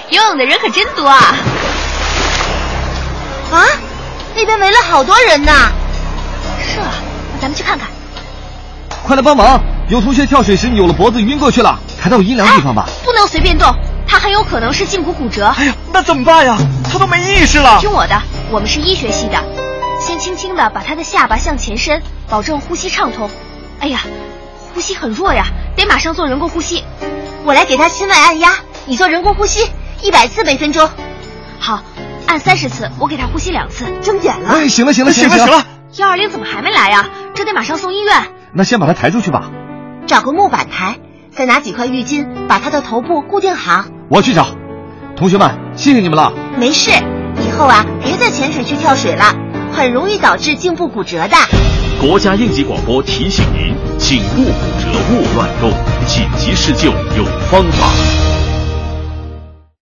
游泳的人可真多啊！ 啊，那边围了好多人呢。 是啊，那咱们去看看。 快来帮忙！有同学跳水时扭了脖子晕过去了，抬到阴凉地方吧。 不能随便动，他很有可能是胫骨骨折。 哎呀，那怎么办呀？他都没意识了。 听我的，我们是医学系的，先轻轻地把他的下巴向前伸，保证呼吸畅通。哎呀，呼吸很弱呀，得马上做人工呼吸。 我来给他心外按压，你做人工呼吸，100次每分钟。 好，按30次，我给他呼吸2次。 睁眼了。 哎，行了。 120怎么还没来呀？这得马上送医院。 那先把他抬出去吧。 找个木板台，再拿几块浴巾把他的头部固定好。 我去找。同学们，谢谢你们了。 没事，以后啊别在浅水区跳水了，很容易导致颈部骨折的。 国家应急广播提醒您：颈部骨折勿乱动，紧急施救有方法。